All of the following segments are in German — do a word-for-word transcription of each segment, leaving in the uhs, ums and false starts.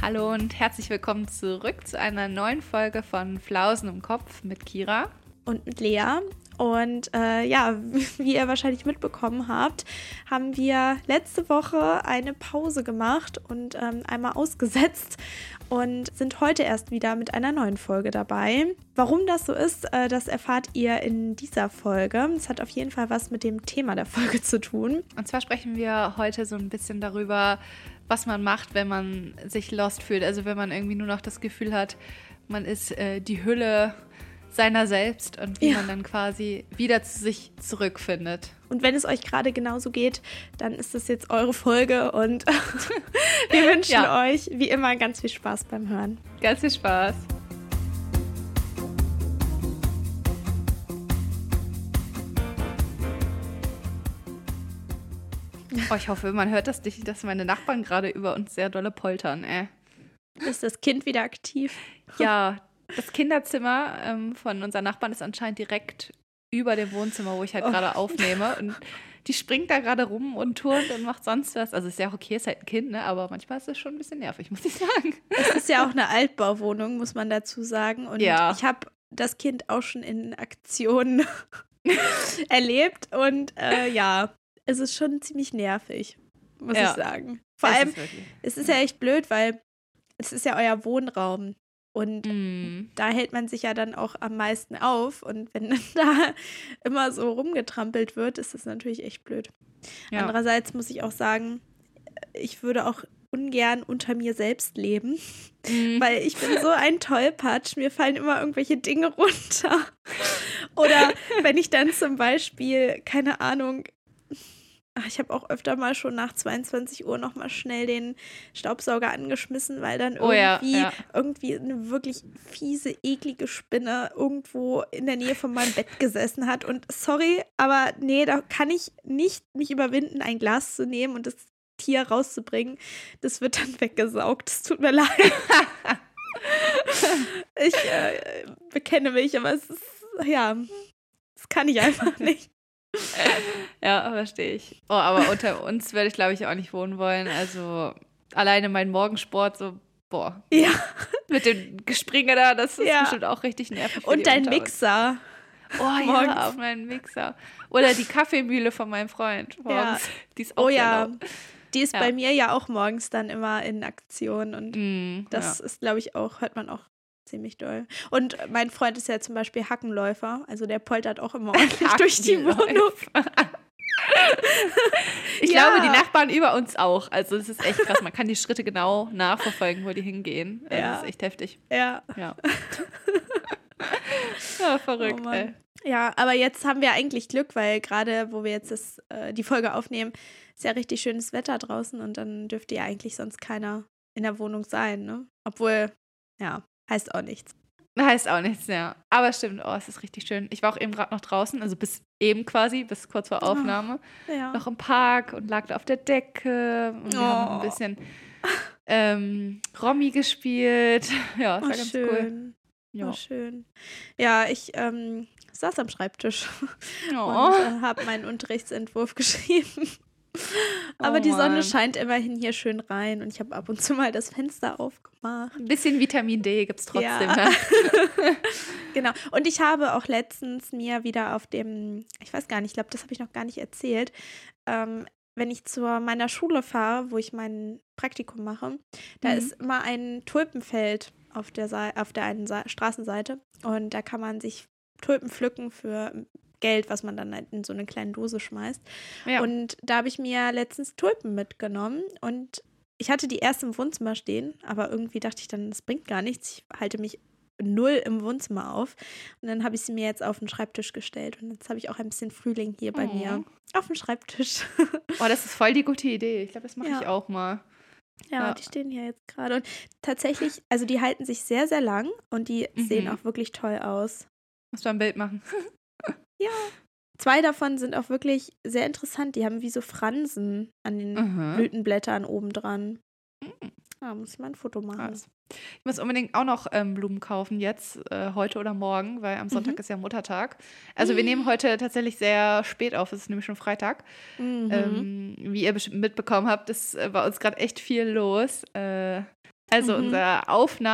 Hallo und herzlich willkommen zurück zu einer neuen Folge von Flausen im Kopf mit Kira. Und mit Lea. Und äh, ja, wie ihr wahrscheinlich mitbekommen habt, haben wir letzte Woche eine Pause gemacht und ähm, einmal ausgesetzt und sind heute erst wieder mit einer neuen Folge dabei. Warum das so ist, äh, das erfahrt ihr in dieser Folge. Es hat auf jeden Fall was mit dem Thema der Folge zu tun. Und zwar sprechen wir heute so ein bisschen darüber, was man macht, wenn man sich lost fühlt. Also wenn man irgendwie nur noch das Gefühl hat, man ist äh, die Hülle seiner selbst und wie ja. man dann quasi wieder zu sich zurückfindet. Und wenn es euch gerade genauso geht, dann ist das jetzt eure Folge und wir wünschen ja. euch wie immer ganz viel Spaß beim Hören. Ganz viel Spaß. Oh, ich hoffe, man hört das nicht, dass meine Nachbarn gerade über uns sehr dolle poltern. Äh. Ist das Kind wieder aktiv? Ja, das Kinderzimmer ähm, von unseren Nachbarn ist anscheinend direkt über dem Wohnzimmer, wo ich halt oh. gerade aufnehme. Und die springt da gerade rum und turnt und macht sonst was. Also ist ja auch okay, ist halt ein Kind, ne? Aber manchmal ist es schon ein bisschen nervig, muss ich sagen. Es ist ja auch eine Altbauwohnung, muss man dazu sagen. Und ja. ich habe das Kind auch schon in Aktion erlebt. Und äh, ja, es ist schon ziemlich nervig, muss ja. ich sagen. Vor es allem, ist es ist ja echt blöd, weil es ist ja euer Wohnraum. Und mm. da hält man sich ja dann auch am meisten auf. Und wenn da immer so rumgetrampelt wird, ist das natürlich echt blöd. Ja. Andererseits muss ich auch sagen, ich würde auch ungern unter mir selbst leben, mm. weil ich bin so ein Tollpatsch. Mir fallen immer irgendwelche Dinge runter. Oder wenn ich dann zum Beispiel, keine Ahnung, ich habe auch öfter mal schon nach zweiundzwanzig Uhr noch mal schnell den Staubsauger angeschmissen, weil dann irgendwie, oh ja, ja. irgendwie eine wirklich fiese, eklige Spinne irgendwo in der Nähe von meinem Bett gesessen hat. Und sorry, aber nee, da kann ich nicht mich überwinden, ein Glas zu nehmen und das Tier rauszubringen. Das wird dann weggesaugt. Es tut mir leid. ich äh, bekenne mich, aber es ist, ja, das kann ich einfach nicht. Ja, verstehe ich. Oh, aber unter uns würde ich, glaube ich, auch nicht wohnen wollen. Also alleine mein Morgensport, so, boah. Ja. Mit dem Gespringe da, das ist ja. bestimmt auch richtig nervig. Und dein Mixer. Oh morgens. Ja, auf meinen Mixer. Oder die Kaffeemühle von meinem Freund morgens. Ja. Die ist auch oh sehr ja. laut. Die ist ja. bei mir ja auch morgens dann immer in Aktion. Und mm, das ja. ist, glaube ich, auch, hört man auch ziemlich doll. Und mein Freund ist ja zum Beispiel Hackenläufer, also der poltert auch immer ordentlich durch die Wohnung. Ich ja. glaube, die Nachbarn über uns auch. Also es ist echt krass, man kann die Schritte genau nachverfolgen, wo die hingehen. Also ja. Das ist echt heftig. Ja. Ja, ja verrückt, oh ey. Ja, aber jetzt haben wir eigentlich Glück, weil gerade, wo wir jetzt das, äh, die Folge aufnehmen, ist ja richtig schönes Wetter draußen und dann dürfte ja eigentlich sonst keiner in der Wohnung sein, ne? Obwohl, ja, heißt auch nichts. Heißt auch nichts, ja. Aber stimmt, oh, es ist richtig schön. Ich war auch eben gerade noch draußen, also bis eben quasi, bis kurz vor Aufnahme, oh, ja. noch im Park und lag da auf der Decke und wir oh. haben ein bisschen ähm, Romy gespielt. Ja, das oh, war ganz schön. cool. Ja. Oh, schön. Ja, ich ähm, saß am Schreibtisch oh. und äh, habe meinen Unterrichtsentwurf geschrieben. Aber oh, die Sonne Mann. scheint immerhin hier schön rein und ich habe ab und zu mal das Fenster aufgemacht. Ein bisschen Vitamin D gibt's trotzdem. Ja. Ne? Genau. Und ich habe auch letztens mir wieder auf dem, ich weiß gar nicht, ich glaube, das habe ich noch gar nicht erzählt, ähm, wenn ich zu meiner Schule fahre, wo ich mein Praktikum mache, da mhm. ist immer ein Tulpenfeld auf der, Seite, auf der einen Sa- Straßenseite und da kann man sich Tulpen pflücken für Geld, was man dann halt in so eine kleine Dose schmeißt. Ja. Und da habe ich mir letztens Tulpen mitgenommen und ich hatte die erst im Wohnzimmer stehen, aber irgendwie dachte ich dann, das bringt gar nichts. Ich halte mich null im Wohnzimmer auf. Und dann habe ich sie mir jetzt auf den Schreibtisch gestellt und jetzt habe ich auch ein bisschen Frühling hier bei oh. mir auf dem Schreibtisch. Oh, das ist voll die gute Idee. Ich glaube, das mache ja. ich auch mal. Ja, ja, die stehen hier jetzt gerade. Und tatsächlich, also die halten sich sehr, sehr lang und die mhm. sehen auch wirklich toll aus. Musst du ein Bild machen. Ja. Zwei davon sind auch wirklich sehr interessant. Die haben wie so Fransen an den mhm. Blütenblättern obendran. Mhm. Ja, muss ich mal ein Foto machen. Krass. Ich muss unbedingt auch noch ähm, Blumen kaufen jetzt, äh, heute oder morgen, weil am Sonntag mhm. ist ja Muttertag. Also mhm. wir nehmen heute tatsächlich sehr spät auf, es ist nämlich schon Freitag. Mhm. Ähm, wie ihr bestimmt mitbekommen habt, ist äh, bei uns gerade echt viel los. Äh, Also Mhm. unser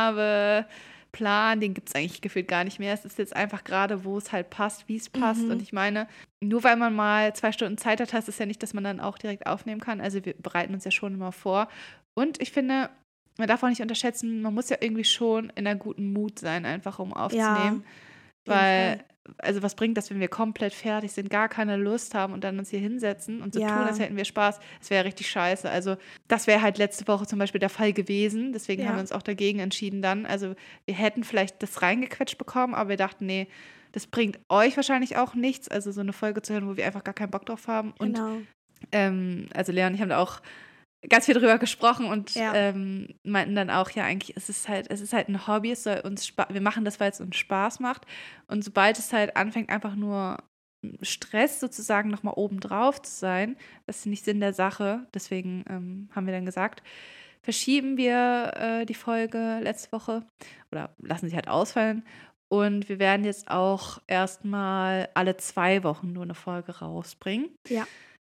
Aufnahmeplan, den gibt es eigentlich gefühlt gar nicht mehr. Es ist jetzt einfach gerade, wo es halt passt, wie es passt. Mhm. Und ich meine, nur weil man mal zwei Stunden Zeit hat, heißt es ja nicht, dass man dann auch direkt aufnehmen kann. Also wir bereiten uns ja schon immer vor. Und ich finde, man darf auch nicht unterschätzen, man muss ja irgendwie schon in einer guten Mut sein, einfach um Ja, aufzunehmen. auf jeden Weil, Fall. also was bringt das, wenn wir komplett fertig sind, gar keine Lust haben und dann uns hier hinsetzen und so tun, als Ja, hätten wir Spaß? Das wäre richtig scheiße. Also das wäre halt letzte Woche zum Beispiel der Fall gewesen. Deswegen haben wir ja, uns auch dagegen entschieden dann. Also wir hätten vielleicht das reingequetscht bekommen, aber wir dachten, nee, das bringt euch wahrscheinlich auch nichts. Also so eine Folge zu hören, wo wir einfach gar keinen Bock drauf haben. Und genau. ähm, also Leon und ich haben da auch ganz viel drüber gesprochen und Ja, ähm, meinten dann auch, ja, eigentlich ist es halt, es ist halt ein Hobby, es soll uns Spa- wir machen das, weil es uns Spaß macht. Und sobald es halt anfängt, einfach nur Stress sozusagen nochmal obendrauf zu sein, das ist nicht Sinn der Sache. Deswegen ähm, haben wir dann gesagt, verschieben wir äh, die Folge letzte Woche oder lassen sie halt ausfallen. Und wir werden jetzt auch erstmal alle zwei Wochen nur eine Folge rausbringen. ja.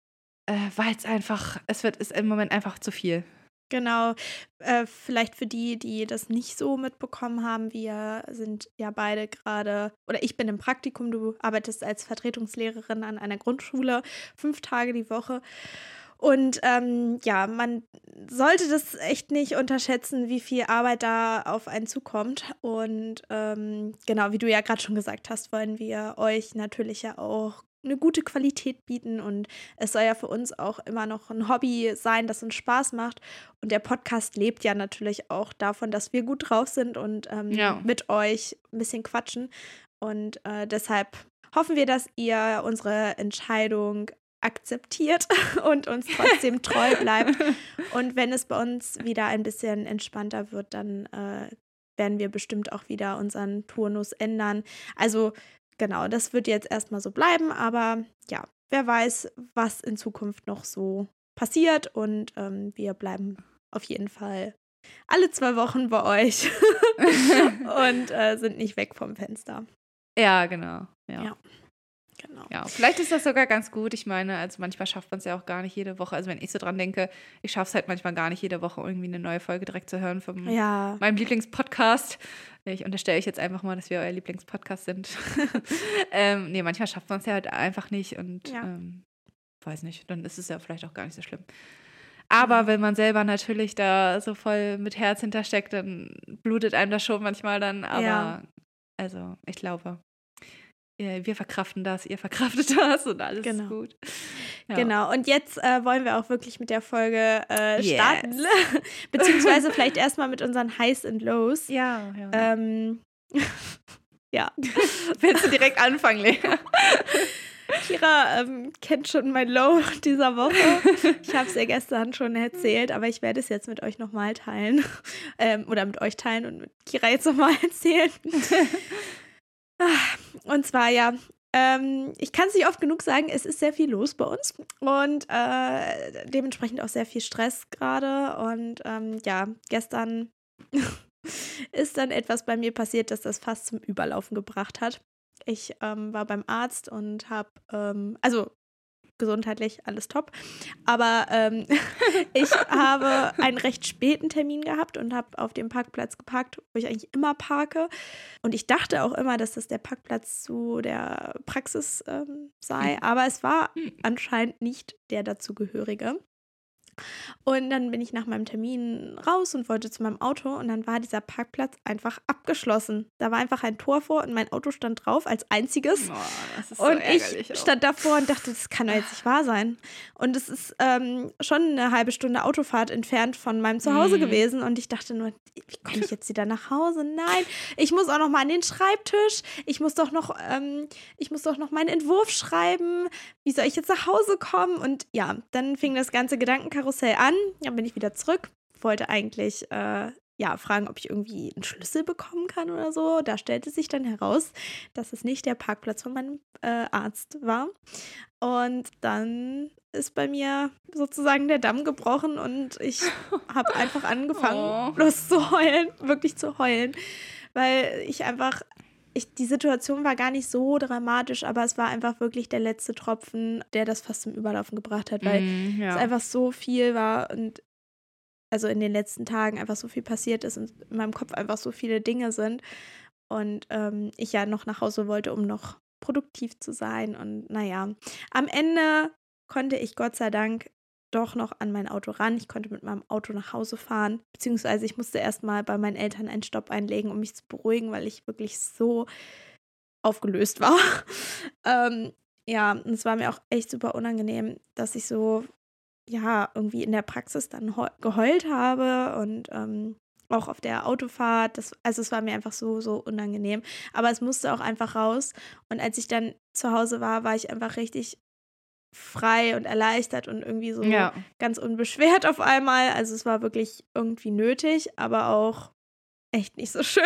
Äh, weil es einfach, es wird, ist im Moment einfach zu viel. Genau. Äh, vielleicht für die, die das nicht so mitbekommen haben, wir sind ja beide gerade, oder ich bin im Praktikum, du arbeitest als Vertretungslehrerin an einer Grundschule, fünf Tage die Woche. Und ähm, ja, man sollte das echt nicht unterschätzen, wie viel Arbeit da auf einen zukommt. Und ähm, genau, wie du ja gerade schon gesagt hast, wollen wir euch natürlich ja auch eine gute Qualität bieten. Und es soll ja für uns auch immer noch ein Hobby sein, das uns Spaß macht. Und der Podcast lebt ja natürlich auch davon, dass wir gut drauf sind und ähm, Ja. mit euch ein bisschen quatschen. Und äh, deshalb hoffen wir, dass ihr unsere Entscheidung akzeptiert und uns trotzdem treu bleibt. Und wenn es bei uns wieder ein bisschen entspannter wird, dann äh, werden wir bestimmt auch wieder unseren Turnus ändern. Also genau, das wird jetzt erstmal so bleiben, aber ja, wer weiß, was in Zukunft noch so passiert und ähm, wir bleiben auf jeden Fall alle zwei Wochen bei euch und äh, sind nicht weg vom Fenster. Ja, genau. Ja. Ja. Genau. Ja, vielleicht ist das sogar ganz gut. Ich meine, also manchmal schafft man es ja auch gar nicht jede Woche. Also wenn ich so dran denke, ich schaffe es halt manchmal gar nicht jede Woche irgendwie eine neue Folge direkt zu hören von Ja. meinem Lieblingspodcast. Ich unterstelle euch jetzt einfach mal, dass wir euer Lieblingspodcast sind. ähm, nee, manchmal schafft man es ja halt einfach nicht und Ja. ähm, weiß nicht, dann ist es ja vielleicht auch gar nicht so schlimm. Aber wenn man selber natürlich da so voll mit Herz hintersteckt, dann blutet einem das schon manchmal dann. Aber Ja. also ich glaube, wir verkraften das, ihr verkraftet das und alles Genau. ist gut. Ja. Genau, und jetzt äh, wollen wir auch wirklich mit der Folge äh, Yes. starten. Beziehungsweise vielleicht erstmal mit unseren Highs und Lows. Ja, ja. Ähm, ja. Willst du direkt anfangen, Lea? Kira ähm, kennt schon mein Low dieser Woche. Ich habe es ihr gestern schon erzählt, aber ich werde es jetzt mit euch nochmal teilen. Ähm, oder mit euch teilen und mit Kira jetzt nochmal erzählen. Und zwar ja, ähm, ich kann es nicht oft genug sagen, es ist sehr viel los bei uns und äh, dementsprechend auch sehr viel Stress gerade. Und ähm, ja, gestern ist dann etwas bei mir passiert, das das fast zum Überlaufen gebracht hat. Ich ähm, war beim Arzt und habe, ähm, also gesundheitlich alles top, aber ähm, ich habe einen recht späten Termin gehabt und habe auf dem Parkplatz geparkt, wo ich eigentlich immer parke. Und ich dachte auch immer, dass das der Parkplatz zu der Praxis ähm, sei, aber es war anscheinend nicht der dazugehörige. Und dann bin ich nach meinem Termin raus und wollte zu meinem Auto und dann war dieser Parkplatz einfach abgeschlossen. Da war einfach ein Tor vor und mein Auto stand drauf als einziges. Oh, das ist so und ärgerlich ich auch. stand davor und dachte, das kann doch jetzt nicht wahr sein. Und es ist ähm, schon eine halbe Stunde Autofahrt entfernt von meinem Zuhause Mm. gewesen und ich dachte nur, wie komme ich jetzt wieder nach Hause? Nein, ich muss auch noch mal an den Schreibtisch. Ich muss doch noch, ähm, ich muss doch noch meinen Entwurf schreiben. Wie soll ich jetzt nach Hause kommen? Und ja, dann fing das ganze Gedankenkarussell an. Dann bin ich wieder zurück. Wollte eigentlich äh, ja, fragen, ob ich irgendwie einen Schlüssel bekommen kann oder so. Da stellte sich dann heraus, dass es nicht der Parkplatz von meinem äh, Arzt war. Und dann ist bei mir sozusagen der Damm gebrochen und ich habe einfach angefangen, Oh. bloß zu heulen, wirklich zu heulen, weil ich einfach, ich, die Situation war gar nicht so dramatisch, aber es war einfach wirklich der letzte Tropfen, der das fast zum Überlaufen gebracht hat, weil Mm, ja. es einfach so viel war und also in den letzten Tagen einfach so viel passiert ist und in meinem Kopf einfach so viele Dinge sind. Und ähm, ich ja noch nach Hause wollte, um noch produktiv zu sein. Und naja, am Ende konnte ich Gott sei Dank doch noch an mein Auto ran. Ich konnte mit meinem Auto nach Hause fahren, beziehungsweise ich musste erstmal bei meinen Eltern einen Stopp einlegen, um mich zu beruhigen, weil ich wirklich so aufgelöst war. ähm, ja, und es war mir auch echt super unangenehm, dass ich so, ja, irgendwie in der Praxis dann geheult habe und ähm, auch auf der Autofahrt. Das, also es war mir einfach so, so unangenehm. Aber es musste auch einfach raus. Und als ich dann zu Hause war, war ich einfach richtig frei und erleichtert und irgendwie so ja. ganz unbeschwert auf einmal. Also es war wirklich irgendwie nötig, aber auch echt nicht so schön.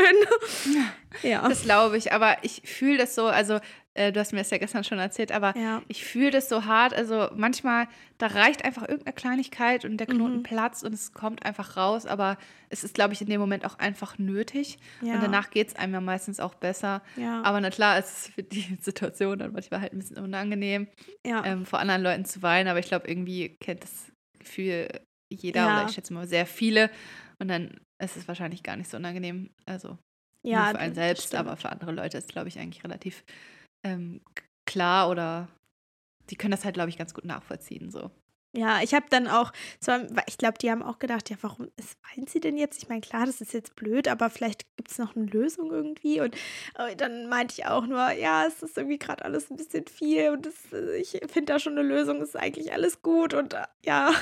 Ja. Das glaube ich, aber ich fühle das so, also äh, du hast mir das ja gestern schon erzählt, aber ja. ich fühle das so hart, also manchmal, da reicht einfach irgendeine Kleinigkeit und der Knoten mhm. platzt und es kommt einfach raus, aber es ist, glaube ich, in dem Moment auch einfach nötig ja. und danach geht es einem ja meistens auch besser, ja. aber na klar, es ist für die Situation dann manchmal halt ein bisschen unangenehm, ja. ähm, vor anderen Leuten zu weinen, aber ich glaube, irgendwie kennt das Gefühl jeder ja. oder ich schätze mal sehr viele und dann ist es wahrscheinlich gar nicht so unangenehm, also ja, nur für einen selbst, stimmt. Aber für andere Leute ist, glaube ich, eigentlich relativ ähm, klar oder die können das halt, glaube ich, ganz gut nachvollziehen. So. Ja, ich habe dann auch, zwar, ich glaube, die haben auch gedacht, ja, warum ist, weint sie denn jetzt? Ich meine, klar, das ist jetzt blöd, aber vielleicht gibt es noch eine Lösung irgendwie. Und äh, dann meinte ich auch nur, ja, es ist irgendwie gerade alles ein bisschen viel und das, ich finde da schon eine Lösung, ist eigentlich alles gut und äh, ja.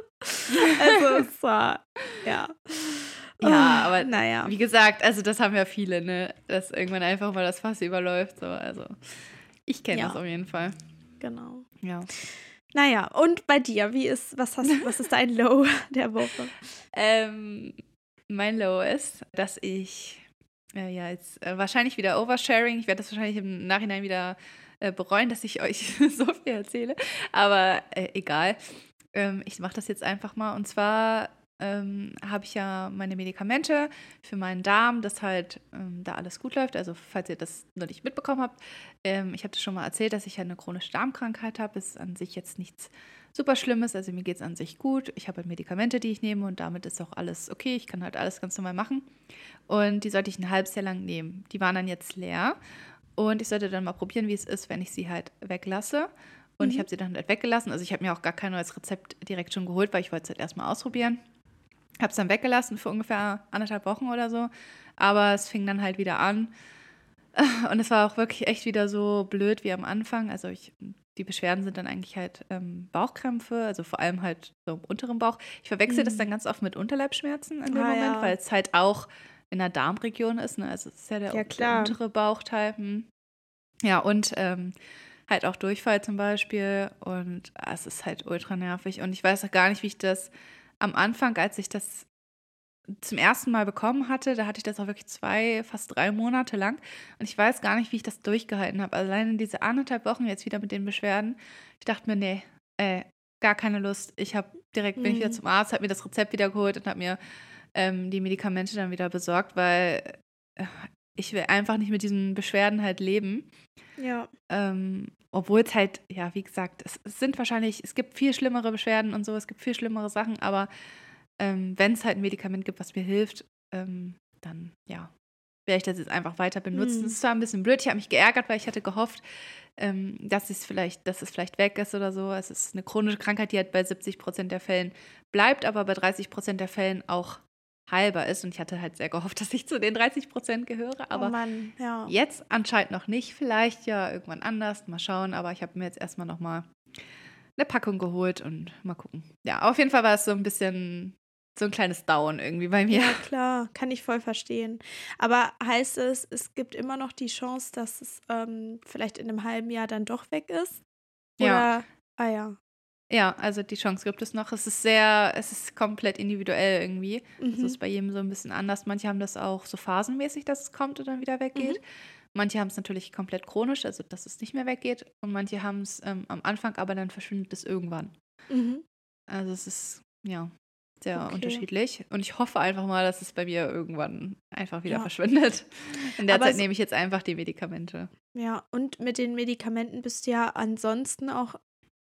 Also es war, ja. Ja, aber naja. Wie gesagt, also das haben ja viele, ne, dass irgendwann einfach mal das Fass überläuft. So. Also ich kenne ja. das auf jeden Fall. Genau. Ja. Naja, und bei dir, wie ist, was hast, was ist dein Low der Woche? ähm, mein Low ist, dass ich äh, ja jetzt äh, wahrscheinlich wieder Oversharing, ich werde das wahrscheinlich im Nachhinein wieder äh, bereuen, dass ich euch so viel erzähle, aber äh, egal. Ähm, ich mache das jetzt einfach mal und zwar ähm, habe ich ja meine Medikamente für meinen Darm, dass halt ähm, da alles gut läuft. Also falls ihr das noch nicht mitbekommen habt, ähm, ich habe das schon mal erzählt, dass ich halt eine chronische Darmkrankheit habe. Ist an sich jetzt nichts super Schlimmes, also mir geht es an sich gut. Ich habe halt Medikamente, die ich nehme und damit ist auch alles okay. Ich kann halt alles ganz normal machen und die sollte ich ein halbes Jahr lang nehmen. Die waren dann jetzt leer und ich sollte dann mal probieren, wie es ist, wenn ich sie halt weglasse. Und mhm. ich habe sie dann halt weggelassen. Also ich habe mir auch gar kein neues Rezept direkt schon geholt, weil ich wollte es halt erstmal ausprobieren. Habe es dann weggelassen für ungefähr anderthalb Wochen oder so. Aber es fing dann halt wieder an. Und es war auch wirklich echt wieder so blöd wie am Anfang. Also ich, die Beschwerden sind dann eigentlich halt ähm, Bauchkrämpfe, also vor allem halt so im unteren Bauch. Ich verwechsel mhm. das dann ganz oft mit Unterleibsschmerzen in dem ah, Moment, ja. weil es halt auch in der Darmregion ist. Ne? Also es ist ja der, ja, der untere Bauchteil. Hm. Ja, und ähm, halt auch Durchfall zum Beispiel und ah, es ist halt ultra nervig und ich weiß auch gar nicht, wie ich das am Anfang, als ich das zum ersten Mal bekommen hatte, da hatte ich das auch wirklich zwei, fast drei Monate lang und ich weiß gar nicht, wie ich das durchgehalten habe. Alleine diese anderthalb Wochen jetzt wieder mit den Beschwerden, ich dachte mir, nee, äh, gar keine Lust. Ich habe direkt, bin ich wieder zum Arzt, habe mir das Rezept wieder geholt und habe mir ähm, die Medikamente dann wieder besorgt, weil äh, ich will einfach nicht mit diesen Beschwerden halt leben. Ja. Ähm, obwohl es halt, ja, wie gesagt, es, es sind wahrscheinlich, es gibt viel schlimmere Beschwerden und so, es gibt viel schlimmere Sachen, aber ähm, wenn es halt ein Medikament gibt, was mir hilft, ähm, dann, ja, werde ich das jetzt einfach weiter benutzen. Es hm. ist zwar ein bisschen blöd, ich habe mich geärgert, weil ich hatte gehofft, ähm, dass es vielleicht, dass es vielleicht weg ist oder so. Es ist eine chronische Krankheit, die halt bei siebzig Prozent der Fällen bleibt, aber bei dreißig Prozent der Fällen auch heilbar ist. Und ich hatte halt sehr gehofft, dass ich zu den dreißig Prozent gehöre. Aber oh Mann, ja. jetzt anscheinend noch nicht. Vielleicht ja irgendwann anders. Mal schauen. Aber ich habe mir jetzt erstmal noch mal eine Packung geholt und mal gucken. Ja, auf jeden Fall war es so ein bisschen so ein kleines Down irgendwie bei mir. Ja, klar. Kann ich voll verstehen. Aber heißt es, es gibt immer noch die Chance, dass es ähm, vielleicht in einem halben Jahr dann doch weg ist? Oder? Ja. Ah ja. Ja, also die Chance gibt es noch. Es ist sehr, es ist komplett individuell irgendwie. Mhm. Es ist bei jedem so ein bisschen anders. Manche haben das auch so phasenmäßig, dass es kommt und dann wieder weggeht. Mhm. Manche haben es natürlich komplett chronisch, also dass es nicht mehr weggeht. Und manche haben es ähm, am Anfang, aber dann verschwindet es irgendwann. Mhm. Also es ist, ja, sehr Okay. unterschiedlich. Und ich hoffe einfach mal, dass es bei mir irgendwann einfach wieder Ja. verschwindet. In der Aber Zeit es- nehme ich jetzt einfach die Medikamente. Ja, und mit den Medikamenten bist du ja ansonsten auch,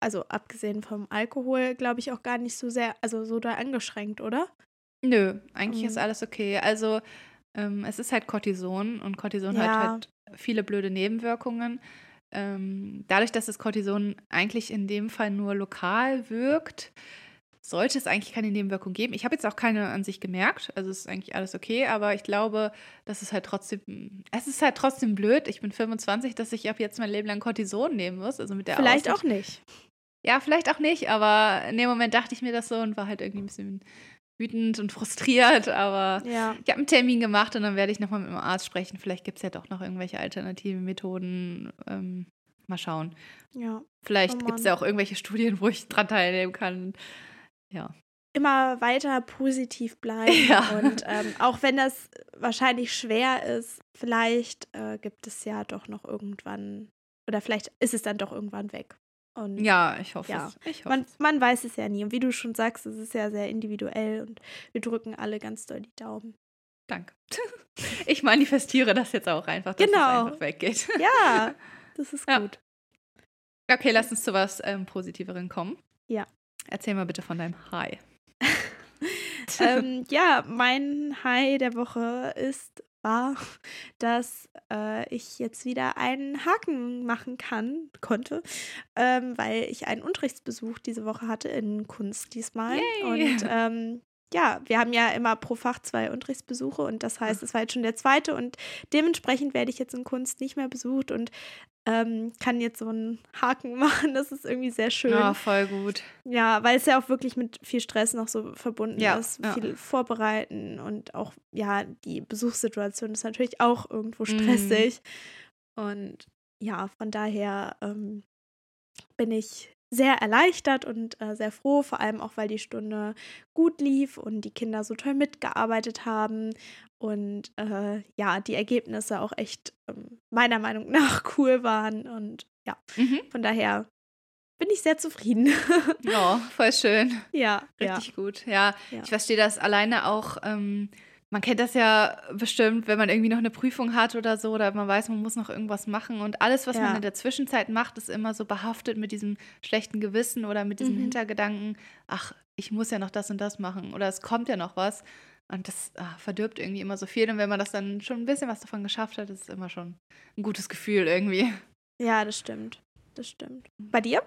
also abgesehen vom Alkohol, glaube ich, auch gar nicht so sehr, also so da eingeschränkt, oder? Nö, eigentlich Mhm. ist alles okay. Also ähm, es ist halt Cortison und Cortison hat Ja, halt viele blöde Nebenwirkungen. Ähm, dadurch, dass das Cortison eigentlich in dem Fall nur lokal wirkt, sollte es eigentlich keine Nebenwirkung geben. Ich habe jetzt auch keine an sich gemerkt, also ist eigentlich alles okay, aber ich glaube, dass es halt trotzdem, es ist halt trotzdem blöd. Ich bin fünfundzwanzig, dass ich ab jetzt mein Leben lang Cortison nehmen muss, also mit der vielleicht Aussicht. auch nicht. Ja, vielleicht auch nicht, aber in dem Moment dachte ich mir das so und war halt irgendwie ein bisschen wütend und frustriert, aber Ja, ich habe einen Termin gemacht und dann werde ich nochmal mit dem Arzt sprechen. Vielleicht gibt es ja doch noch irgendwelche alternativen Methoden. Ähm, mal schauen. ja. Oh Vielleicht gibt es Mann. ja auch irgendwelche Studien, wo ich dran teilnehmen kann. Ja. Immer weiter positiv bleiben Ja. und ähm, auch wenn das wahrscheinlich schwer ist, vielleicht äh, gibt es ja doch noch irgendwann, oder vielleicht ist es dann doch irgendwann weg. Und Ja, ich hoffe ja, es. Ich hoffe man, es. man weiß es ja nie. Und wie du schon sagst, es ist ja sehr individuell und wir drücken alle ganz doll die Daumen. Danke. Ich manifestiere das jetzt auch einfach, dass Genau. es einfach weggeht. Ja, das ist Ja. gut. Okay, lass uns zu was ähm, Positiveren kommen. Ja. Erzähl mal bitte von deinem High. ähm, ja, mein High der Woche ist, war, dass äh, ich jetzt wieder einen Haken machen kann, konnte, ähm, weil ich einen Unterrichtsbesuch diese Woche hatte in Kunst diesmal. Yay! Und ähm, ja, wir haben ja immer pro Fach zwei Unterrichtsbesuche und das heißt, es war jetzt schon der zweite und dementsprechend werde ich jetzt in Kunst nicht mehr besucht und ähm, kann jetzt so einen Haken machen. Das ist irgendwie sehr schön. Ja, voll gut. Ja, weil es ja auch wirklich mit viel Stress noch so verbunden Ja, ist. ja. Viel vorbereiten und auch, ja, die Besuchssituation ist natürlich auch irgendwo Mhm. stressig. Und ja, von daher ähm, bin ich sehr erleichtert und äh, sehr froh, vor allem auch, weil die Stunde gut lief und die Kinder so toll mitgearbeitet haben und äh, ja, die Ergebnisse auch echt ähm, meiner Meinung nach cool waren und ja, Mhm. von daher bin ich sehr zufrieden. Ja, voll schön. Ja, Richtig gut. Ja, Ja. ich verstehe das alleine auch. Ähm, man kennt das ja bestimmt, wenn man irgendwie noch eine Prüfung hat oder so, oder man weiß, man muss noch irgendwas machen. Und alles, was Ja. man in der Zwischenzeit macht, ist immer so behaftet mit diesem schlechten Gewissen oder mit diesem Mhm. Hintergedanken, ach, ich muss ja noch das und das machen oder es kommt ja noch was. Und das ah, verdirbt irgendwie immer so viel. Und wenn man das dann schon ein bisschen was davon geschafft hat, ist es immer schon ein gutes Gefühl irgendwie. Ja, das stimmt. Das stimmt. Bei dir?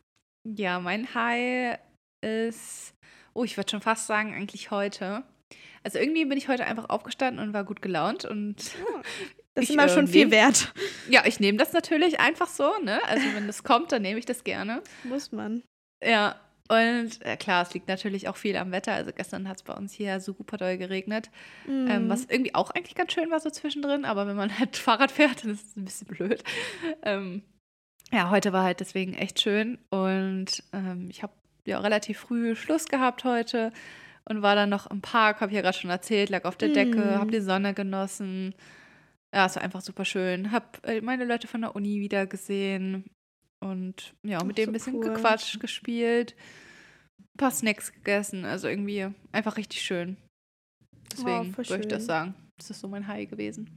Ja, mein High ist, oh, ich würde schon fast sagen, eigentlich heute. Also irgendwie bin ich heute einfach aufgestanden und war gut gelaunt und Das Ich, ist immer äh, schon viel nehm- wert. ja, ich nehme das natürlich einfach so, ne? Also wenn das kommt, dann nehme ich das gerne. Muss man. Ja, und äh, klar, es liegt natürlich auch viel am Wetter. Also gestern hat es bei uns hier super doll geregnet, ähm, Mhm. was irgendwie auch eigentlich ganz schön war so zwischendrin, aber wenn man halt Fahrrad fährt, dann ist es ein bisschen blöd. Ähm, ja, heute war halt deswegen echt schön und ähm, ich habe ja relativ früh Schluss gehabt heute und war dann noch im Park, habe ich ja gerade schon erzählt, lag auf der Decke, Mm. habe die Sonne genossen. Ja, es war einfach super schön. Habe äh, meine Leute von der Uni wieder gesehen und ja, mit Ach, denen so ein bisschen cool. gequatscht, gespielt, ein paar Snacks gegessen. Also irgendwie einfach richtig schön. Deswegen voll würde ich das schön. sagen. Das ist so mein High gewesen.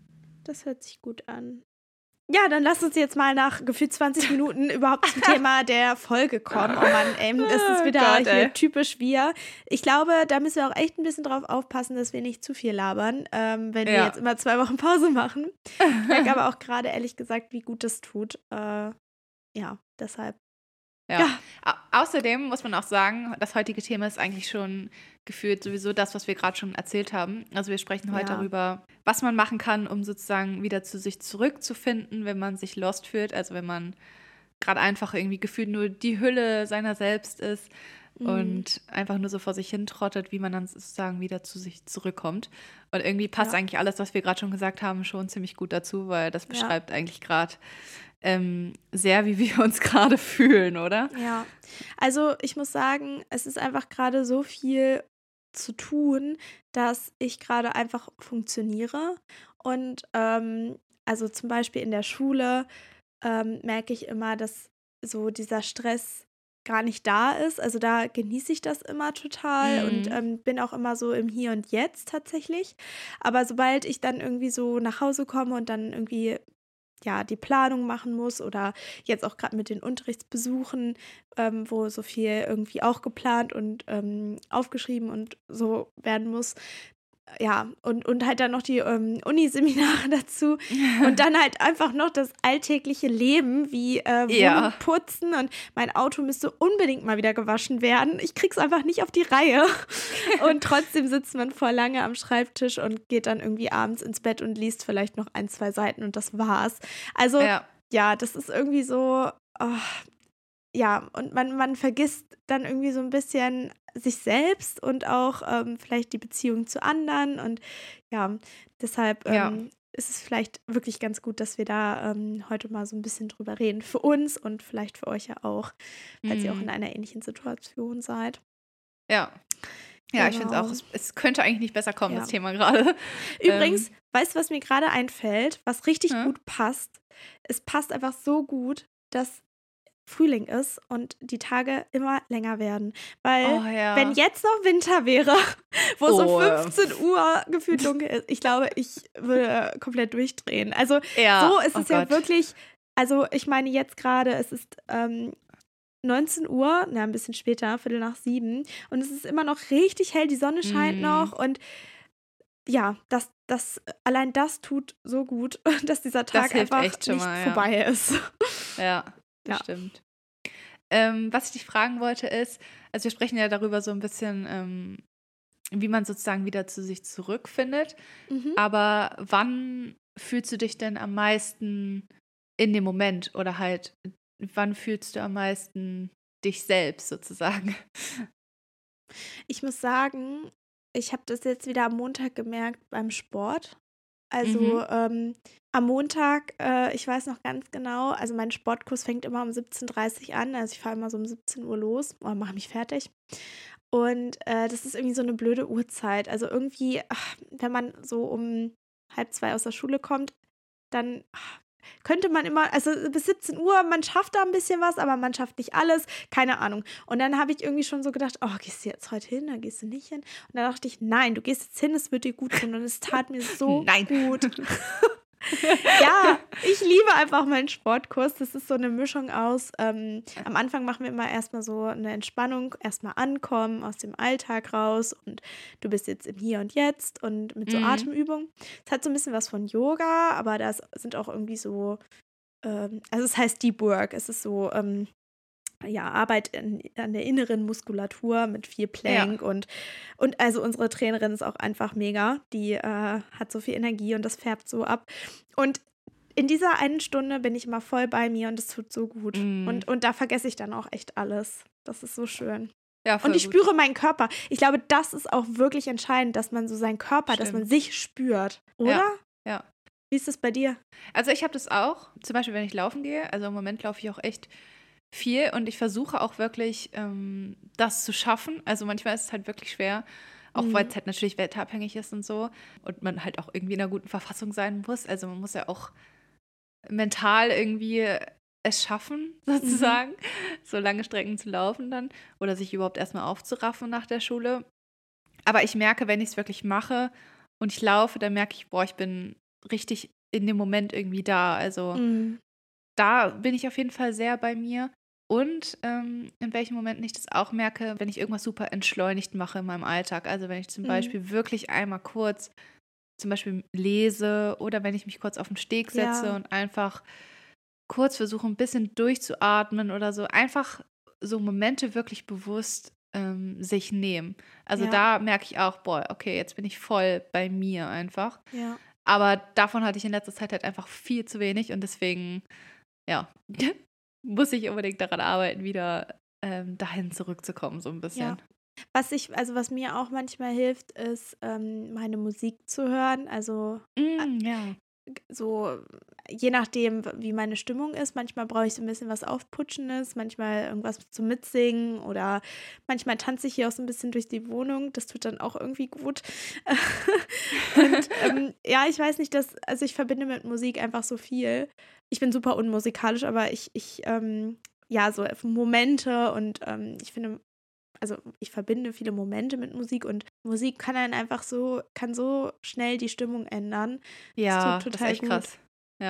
Das hört sich gut an. Ja, dann lass uns jetzt mal nach gefühlt zwanzig Minuten überhaupt zum Thema der Folge kommen. Oh Mann, ey, es ist Oh wieder Gott, hier ey. typisch wir. Ich glaube, da müssen wir auch echt ein bisschen drauf aufpassen, dass wir nicht zu viel labern, ähm, wenn wir Ja. jetzt immer zwei Wochen Pause machen. Ich merke aber auch gerade ehrlich gesagt, wie gut das tut. Äh, ja, deshalb. Ja. Ja. Au- Außerdem muss man auch sagen, das heutige Thema ist eigentlich schon gefühlt sowieso das, was wir gerade schon erzählt haben. Also wir sprechen heute Ja. darüber, was man machen kann, um sozusagen wieder zu sich zurückzufinden, wenn man sich lost fühlt. Also wenn man gerade einfach irgendwie gefühlt nur die Hülle seiner selbst ist Mhm. und einfach nur so vor sich hin trottet, wie man dann sozusagen wieder zu sich zurückkommt. Und irgendwie passt Ja. eigentlich alles, was wir gerade schon gesagt haben, schon ziemlich gut dazu, weil das Ja. beschreibt eigentlich gerade ähm, sehr, wie wir uns gerade fühlen, oder? Ja, also ich muss sagen, es ist einfach gerade so viel zu tun, dass ich gerade einfach funktioniere. Und ähm, also zum Beispiel in der Schule ähm, merke ich immer, dass so dieser Stress gar nicht da ist. Also da genieße ich das immer total und Mhm. ähm, bin auch immer so im Hier und Jetzt tatsächlich. Aber sobald ich dann irgendwie so nach Hause komme und dann irgendwie ja, die Planung machen muss oder jetzt auch gerade mit den Unterrichtsbesuchen, ähm, wo so viel irgendwie auch geplant und ähm, aufgeschrieben und so werden muss. Ja, und, und halt dann noch die ähm, Uniseminare dazu und dann halt einfach noch das alltägliche Leben wie äh, Wohnung Ja. putzen und mein Auto müsste unbedingt mal wieder gewaschen werden. Ich krieg's einfach nicht auf die Reihe und trotzdem sitzt man vor lange am Schreibtisch und geht dann irgendwie abends ins Bett und liest vielleicht noch ein, zwei Seiten und das war's. Also Ja. ja, das ist irgendwie so, oh, ja, und man, man vergisst dann irgendwie so ein bisschen sich selbst und auch ähm, vielleicht die Beziehung zu anderen. Und ja, deshalb Ja. ähm, ist es vielleicht wirklich ganz gut, dass wir da ähm, heute mal so ein bisschen drüber reden. Für uns und vielleicht für euch ja auch, falls ihr auch in Mhm. einer ähnlichen Situation seid. Ja. Ja, ich finde es Genau. auch, es, es könnte eigentlich nicht besser kommen, Ja. das Thema gerade. Übrigens, Ähm, weißt du, was mir gerade einfällt, was richtig Hä? gut passt? Es passt einfach so gut, dass Frühling ist und die Tage immer länger werden. Weil, oh ja. wenn jetzt noch Winter wäre, wo es Oh. um fünfzehn Uhr gefühlt dunkel ist, ich glaube, ich würde komplett durchdrehen. Also, Ja. so ist oh es ja Gott. wirklich, also ich meine jetzt gerade, es ist ähm, neunzehn Uhr, na, ein bisschen später, Viertel nach sieben und es ist immer noch richtig hell, die Sonne scheint Mm. noch und ja, das, das, allein das tut so gut, dass dieser Tag hilft einfach echt schon nicht mal, ja. vorbei ist. Ja, das Ja. stimmt. Ähm, was ich dich fragen wollte ist, also wir sprechen ja darüber so ein bisschen, ähm, wie man sozusagen wieder zu sich zurückfindet. Mhm. Aber wann fühlst du dich denn am meisten in dem Moment oder halt, wann fühlst du am meisten dich selbst sozusagen? Ich muss sagen, ich habe das jetzt wieder am Montag gemerkt beim Sport. Also Mhm. ähm, am Montag, äh, ich weiß noch ganz genau, also mein Sportkurs fängt immer um siebzehn Uhr dreißig an. Also ich fahre immer so um siebzehn Uhr los oder mache mich fertig. Und äh, das ist irgendwie so eine blöde Uhrzeit. Also irgendwie, ach, wenn man so um halb zwei aus der Schule kommt, dann ach, könnte man immer, also bis siebzehn Uhr, man schafft da ein bisschen was, aber man schafft nicht alles, keine Ahnung. Und dann habe ich irgendwie schon so gedacht, oh, gehst du jetzt heute hin, dann gehst du nicht hin. Und dann dachte ich, nein, du gehst jetzt hin, es wird dir gut tun. Und es tat mir so Nein. gut. Ja, ich liebe einfach meinen Sportkurs. Das ist so eine Mischung aus, ähm, am Anfang machen wir immer erstmal so eine Entspannung, erstmal ankommen, aus dem Alltag raus und du bist jetzt im Hier und Jetzt und mit so Mhm. Atemübungen. Es hat so ein bisschen was von Yoga, aber da sind auch irgendwie so, ähm, also es heißt Deep Work. Es ist so, ähm, ja, Arbeit in, an der inneren Muskulatur mit viel Plank Ja. und, und also unsere Trainerin ist auch einfach mega. Die äh, hat so viel Energie und das färbt so ab. Und in dieser einen Stunde bin ich immer voll bei mir und es tut so gut. Mm. Und, und da vergesse ich dann auch echt alles. Das ist so schön. Ja, voll Und ich gut. spüre meinen Körper. Ich glaube, das ist auch wirklich entscheidend, dass man so seinen Körper, dass man Stimmt. sich spürt. Oder? Ja, ja. Wie ist das bei dir? Also ich habe das auch, zum Beispiel, wenn ich laufen gehe. Also im Moment laufe ich auch echt viel und ich versuche auch wirklich, ähm, das zu schaffen. Also manchmal ist es halt wirklich schwer, auch Mhm. weil es halt natürlich wetterabhängig ist und so und man halt auch irgendwie in einer guten Verfassung sein muss. Also man muss ja auch mental irgendwie es schaffen, sozusagen, so lange Strecken zu laufen dann oder sich überhaupt erstmal aufzuraffen nach der Schule. Aber ich merke, wenn ich es wirklich mache und ich laufe, dann merke ich, boah, ich bin richtig in dem Moment irgendwie da. Also Mhm. da bin ich auf jeden Fall sehr bei mir. Und ähm, in welchen Momenten ich das auch merke, wenn ich irgendwas super entschleunigt mache in meinem Alltag. Also wenn ich zum Mhm. Beispiel wirklich einmal kurz zum Beispiel lese oder wenn ich mich kurz auf den Steg setze Ja. und einfach kurz versuche, ein bisschen durchzuatmen oder so. Einfach so Momente wirklich bewusst ähm, sich nehmen. Also Ja. da merke ich auch, boah, okay, jetzt bin ich voll bei mir einfach. Ja. Aber davon hatte ich in letzter Zeit halt einfach viel zu wenig und deswegen, ja, muss ich unbedingt daran arbeiten, wieder ähm, dahin zurückzukommen, so ein bisschen. Ja. Was ich, also was mir auch manchmal hilft, ist, ähm, meine Musik zu hören. Also Mm, ja. so, je nachdem, wie meine Stimmung ist. Manchmal brauche ich so ein bisschen was Aufputschendes, manchmal irgendwas zum Mitsingen oder manchmal tanze ich hier auch so ein bisschen durch die Wohnung. Das tut dann auch irgendwie gut. Und ähm, ja, ich weiß nicht, dass, also ich verbinde mit Musik einfach so viel. Ich bin super unmusikalisch, aber ich, ich, ähm, ja, so Momente und ähm, ich finde, also ich verbinde viele Momente mit Musik und Musik kann einen einfach so, kann so schnell die Stimmung ändern. Ja, tut das ist total echt gut. krass. Ja.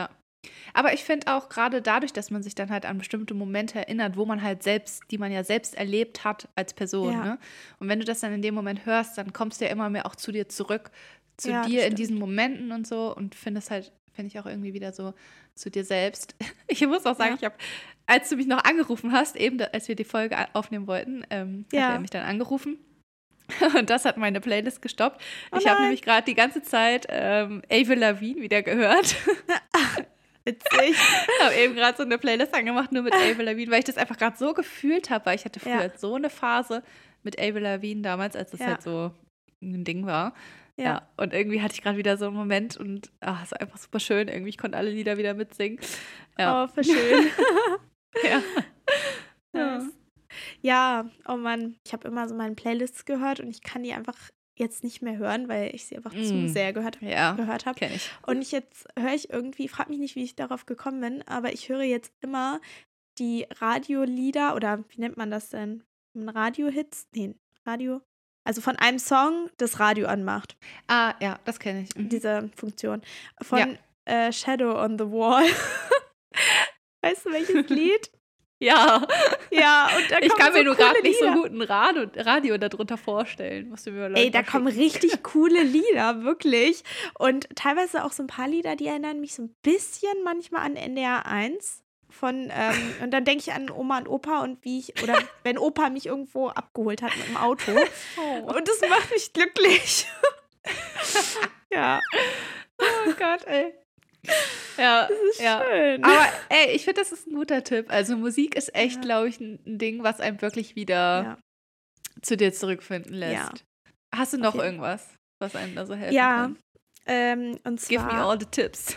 Aber ich finde auch gerade dadurch, dass man sich dann halt an bestimmte Momente erinnert, wo man halt selbst, die man ja selbst erlebt hat als Person, Ja. ne? Und wenn du das dann in dem Moment hörst, dann kommst du ja immer mehr auch zu dir zurück, zu Ja, das dir in stimmt. diesen Momenten und so und findest halt, finde ich auch irgendwie wieder so zu dir selbst. Ich muss auch sagen, Ja. ich habe, als du mich noch angerufen hast, eben da- als wir die Folge a- aufnehmen wollten, ähm, hat Ja. er mich dann angerufen. Und das hat meine Playlist gestoppt. Oh Ich habe nein. nämlich gerade die ganze Zeit ähm, Avril Lavigne wieder gehört. Witzig. Ich habe eben gerade so eine Playlist angemacht, nur mit Avril Lavigne, weil ich das einfach gerade so gefühlt habe, weil ich hatte früher Ja. so eine Phase mit Avril Lavigne damals, als das Ja. halt so ein Ding war. Ja. Ja. Und irgendwie hatte ich gerade wieder so einen Moment und ach, es war einfach super schön. Irgendwie, ich konnte alle Lieder wieder mitsingen. Ja. Oh, voll schön. Ja. Nice. Ja, oh Mann, ich habe immer so meine Playlists gehört und ich kann die einfach jetzt nicht mehr hören, weil ich sie einfach zu Mm. sehr gehört, Ja, gehört habe. kenn ich. Und ich jetzt höre ich irgendwie, frag mich nicht, wie ich darauf gekommen bin, aber ich höre jetzt immer die Radiolieder oder wie nennt man das denn? Radiohits? Nee, Radio. Also von einem Song das Radio anmacht. Ah, ja, das kenne ich. Mhm. Diese Funktion. Von Ja. äh, Shadow on the Wall. Weißt du, welches Lied? Ja. Ja, und da Ich kommen kann mir so nur coole gerade nicht so Lieder. gut ein Radio, Radio darunter vorstellen. Musst du mir mal Ey, da Leute kommen schicken. richtig coole Lieder, wirklich. Und teilweise auch so ein paar Lieder, die erinnern mich so ein bisschen manchmal an N D R eins. Von, ähm, und dann denke ich an Oma und Opa und wie ich, oder wenn Opa mich irgendwo abgeholt hat mit dem Auto. Oh. Und das macht mich glücklich. Ja, Oh Gott, ey. Ja, das ist ja. schön. Aber ey, ich finde, das ist ein guter Tipp. Also Musik ist echt, Ja. glaube ich, ein ein Ding, was einem wirklich wieder Ja. zu dir zurückfinden lässt. Ja. Hast du noch jeden irgendwas, was einem da so helfen Ja, kann? ähm, und Give me zwar, all the tips.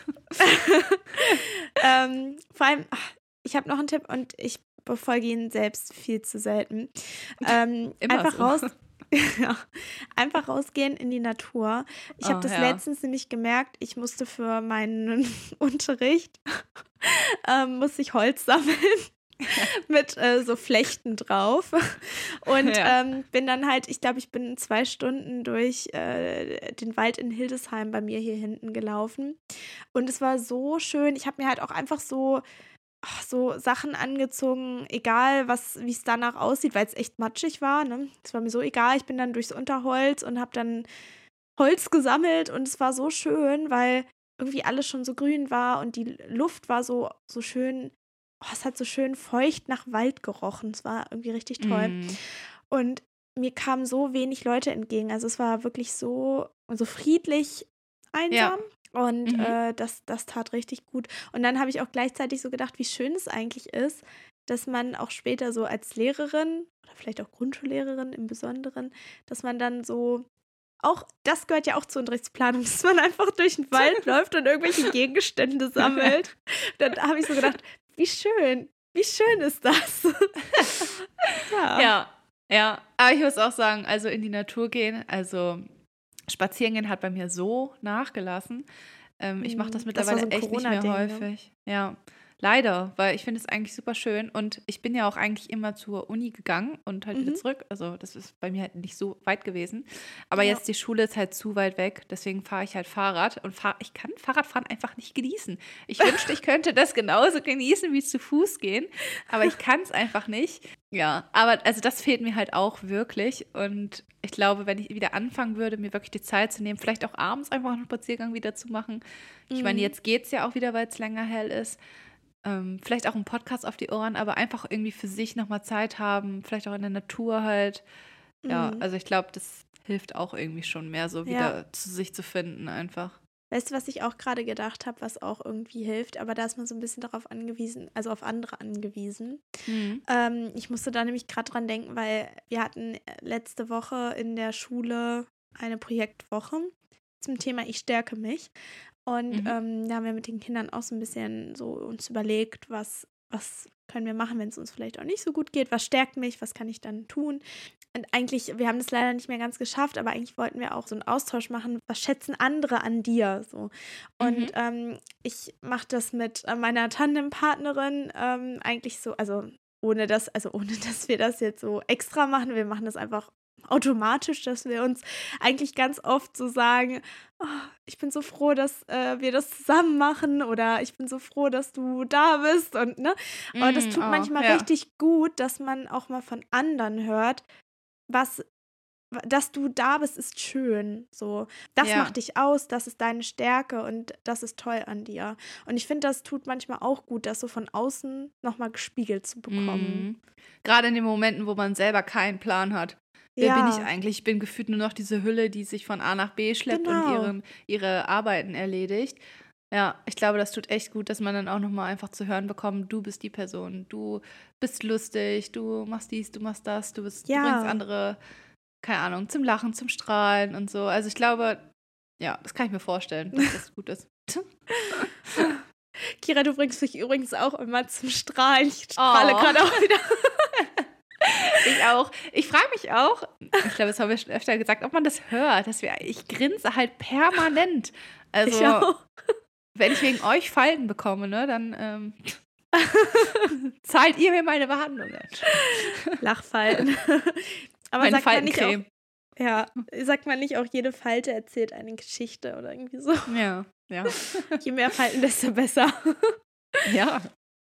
ähm, vor allem, ach, ich habe noch einen Tipp und ich befolge ihn selbst viel zu selten. Ähm, Immer einfach so. raus, ja, einfach rausgehen in die Natur. Ich Oh, habe das ja. letztens nämlich gemerkt, ich musste für meinen Unterricht ähm, musste ich Holz sammeln mit äh, so Flechten drauf und Ja. ähm, bin dann halt, ich glaube, ich bin zwei Stunden durch äh, den Wald in Hildesheim bei mir hier hinten gelaufen und es war so schön. Ich habe mir halt auch einfach so ach, so Sachen angezogen, egal was, wie es danach aussieht, weil es echt matschig war. Ne? Es war mir so egal. Ich bin dann durchs Unterholz und habe dann Holz gesammelt und es war so schön, weil irgendwie alles schon so grün war und die Luft war so, so schön, oh, es hat so schön feucht nach Wald gerochen. Es war irgendwie richtig toll. Mm. Und mir kamen so wenig Leute entgegen. Also es war wirklich so, so friedlich einsam. Und Mhm. äh, das, das tat richtig gut. Und dann habe ich auch gleichzeitig so gedacht, wie schön es eigentlich ist, dass man auch später so als Lehrerin oder vielleicht auch Grundschullehrerin im Besonderen, dass man dann so auch, das gehört ja auch zur Unterrichtsplanung, dass man einfach durch den Wald läuft und irgendwelche Gegenstände sammelt. Dann habe ich so gedacht, wie schön, wie schön ist das? Ja. Ja, ja. Aber ich muss auch sagen, also in die Natur gehen, also spazieren gehen hat bei mir so nachgelassen. Ähm, ich mache das Mm, das war mittlerweile so ein echt nicht mehr Corona-Ding, ne? häufig. Ja, leider, weil ich finde es eigentlich super schön und ich bin ja auch eigentlich immer zur Uni gegangen und halt wieder Mhm. zurück. Also das ist bei mir halt nicht so weit gewesen. Aber Ja. jetzt die Schule ist halt zu weit weg, deswegen fahre ich halt Fahrrad und fahr, ich kann Fahrradfahren einfach nicht genießen. Ich wünschte, ich könnte das genauso genießen wie zu Fuß gehen, aber ich kann es einfach nicht. Ja, aber also das fehlt mir halt auch wirklich und ich glaube, wenn ich wieder anfangen würde, mir wirklich die Zeit zu nehmen, vielleicht auch abends einfach einen Spaziergang wieder zu machen. Ich meine, Mhm. jetzt geht es ja auch wieder, weil es länger hell ist. Ähm, vielleicht auch einen Podcast auf die Ohren, aber einfach irgendwie für sich nochmal Zeit haben, vielleicht auch in der Natur halt. Ja, Mhm. also ich glaube, das hilft auch irgendwie schon mehr, so Ja. wieder zu sich zu finden einfach. Weißt du, was ich auch gerade gedacht habe, was auch irgendwie hilft, aber da ist man so ein bisschen darauf angewiesen, also auf andere angewiesen. Mhm. Ähm, ich musste da nämlich gerade dran denken, weil wir hatten letzte Woche in der Schule eine Projektwoche zum Thema Ich stärke mich. Und Mhm. ähm, da haben wir mit den Kindern auch so ein bisschen so uns überlegt, was, was können wir machen, wenn es uns vielleicht auch nicht so gut geht, was stärkt mich, was kann ich dann tun. Und eigentlich, wir haben das leider nicht mehr ganz geschafft, aber eigentlich wollten wir auch so einen Austausch machen, was schätzen andere an dir so. Und Mhm. ähm, ich mache das mit äh, meiner Tandempartnerin ähm, eigentlich so, also ohne das, also ohne dass wir das jetzt so extra machen, wir machen das einfach automatisch, dass wir uns eigentlich ganz oft so sagen, oh, ich bin so froh, dass äh, wir das zusammen machen oder ich bin so froh, dass du da bist und ne, aber das Mm, tut oh, manchmal ja. richtig gut, dass man auch mal von anderen hört, was dass du da bist, ist schön. So, das Ja. macht dich aus, das ist deine Stärke und das ist toll an dir. Und ich finde, das tut manchmal auch gut, das so von außen nochmal gespiegelt zu bekommen. Mhm. Gerade in den Momenten, wo man selber keinen Plan hat. Wer bin ich Ja, eigentlich? Ich bin gefühlt nur noch diese Hülle, die sich von A nach B schleppt und genau. ihren, ihre Arbeiten erledigt. Ja, ich glaube, das tut echt gut, dass man dann auch nochmal einfach zu hören bekommt, du bist die Person, du bist lustig, du machst dies, du machst das, du, bist, du bringst Ja, andere, keine Ahnung, zum Lachen, zum Strahlen und so. Also ich glaube, ja, das kann ich mir vorstellen, dass das gut ist. Kira, du bringst mich übrigens auch immer zum Strahlen. Ich strahle Oh. gerade auch wieder. Ich auch. Ich frage mich auch, ich glaube, das haben wir schon öfter gesagt, ob man das hört. Dass wir, ich grinse halt permanent. Also, Ich auch. wenn ich wegen euch Falten bekomme, ne, dann ähm, zahlt ihr mir meine Behandlungen. Lachfalten. Aber Meine sagt man nicht auch, Faltencreme. ja, sagt man nicht auch, jede Falte erzählt eine Geschichte oder irgendwie so? Ja, ja. Je mehr Falten, desto besser. Ja,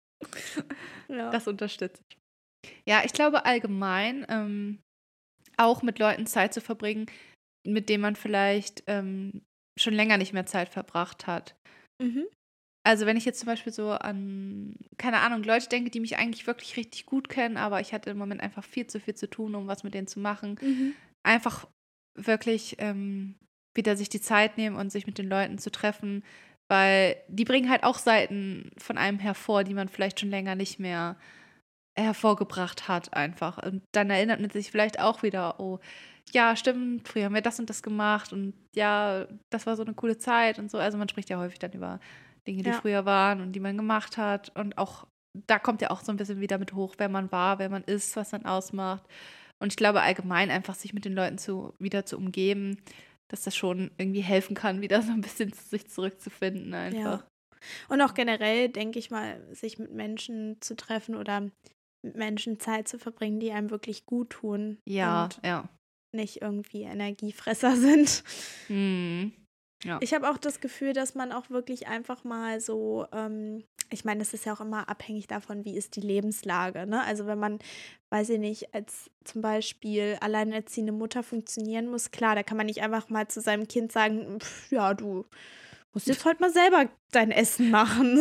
Ja. das unterstütze ich. Ja, ich glaube allgemein, ähm, auch mit Leuten Zeit zu verbringen, mit denen man vielleicht ähm, schon länger nicht mehr Zeit verbracht hat. Mhm. Also wenn ich jetzt zum Beispiel so an, keine Ahnung, Leute denke, die mich eigentlich wirklich richtig gut kennen, aber ich hatte im Moment einfach viel zu viel zu tun, um was mit denen zu machen. Mhm. Einfach wirklich ähm, wieder sich die Zeit nehmen und sich mit den Leuten zu treffen, weil die bringen halt auch Seiten von einem hervor, die man vielleicht schon länger nicht mehr hervorgebracht hat einfach. Und dann erinnert man sich vielleicht auch wieder, oh, ja, stimmt, früher haben wir das und das gemacht und ja, das war so eine coole Zeit und so. Also man spricht ja häufig dann über Dinge, die Ja. früher waren und die man gemacht hat. Und auch, da kommt ja auch so ein bisschen wieder mit hoch, wer man war, wer man ist, was man ausmacht. Und ich glaube allgemein einfach sich mit den Leuten zu, wieder zu umgeben, dass das schon irgendwie helfen kann, wieder so ein bisschen zu sich zurückzufinden einfach. Ja. Und auch generell, denke ich mal, sich mit Menschen zu treffen oder mit Menschen Zeit zu verbringen, die einem wirklich gut tun Ja, und ja. nicht irgendwie Energiefresser sind. Hm. Ja. Ich habe auch das Gefühl, dass man auch wirklich einfach mal so, ähm, ich meine, es ist ja auch immer abhängig davon, wie ist die Lebenslage, ne? Also wenn man, weiß ich nicht, als zum Beispiel alleinerziehende Mutter funktionieren muss, klar, da kann man nicht einfach mal zu seinem Kind sagen, pff, ja, du musst jetzt heute mal selber dein Essen machen.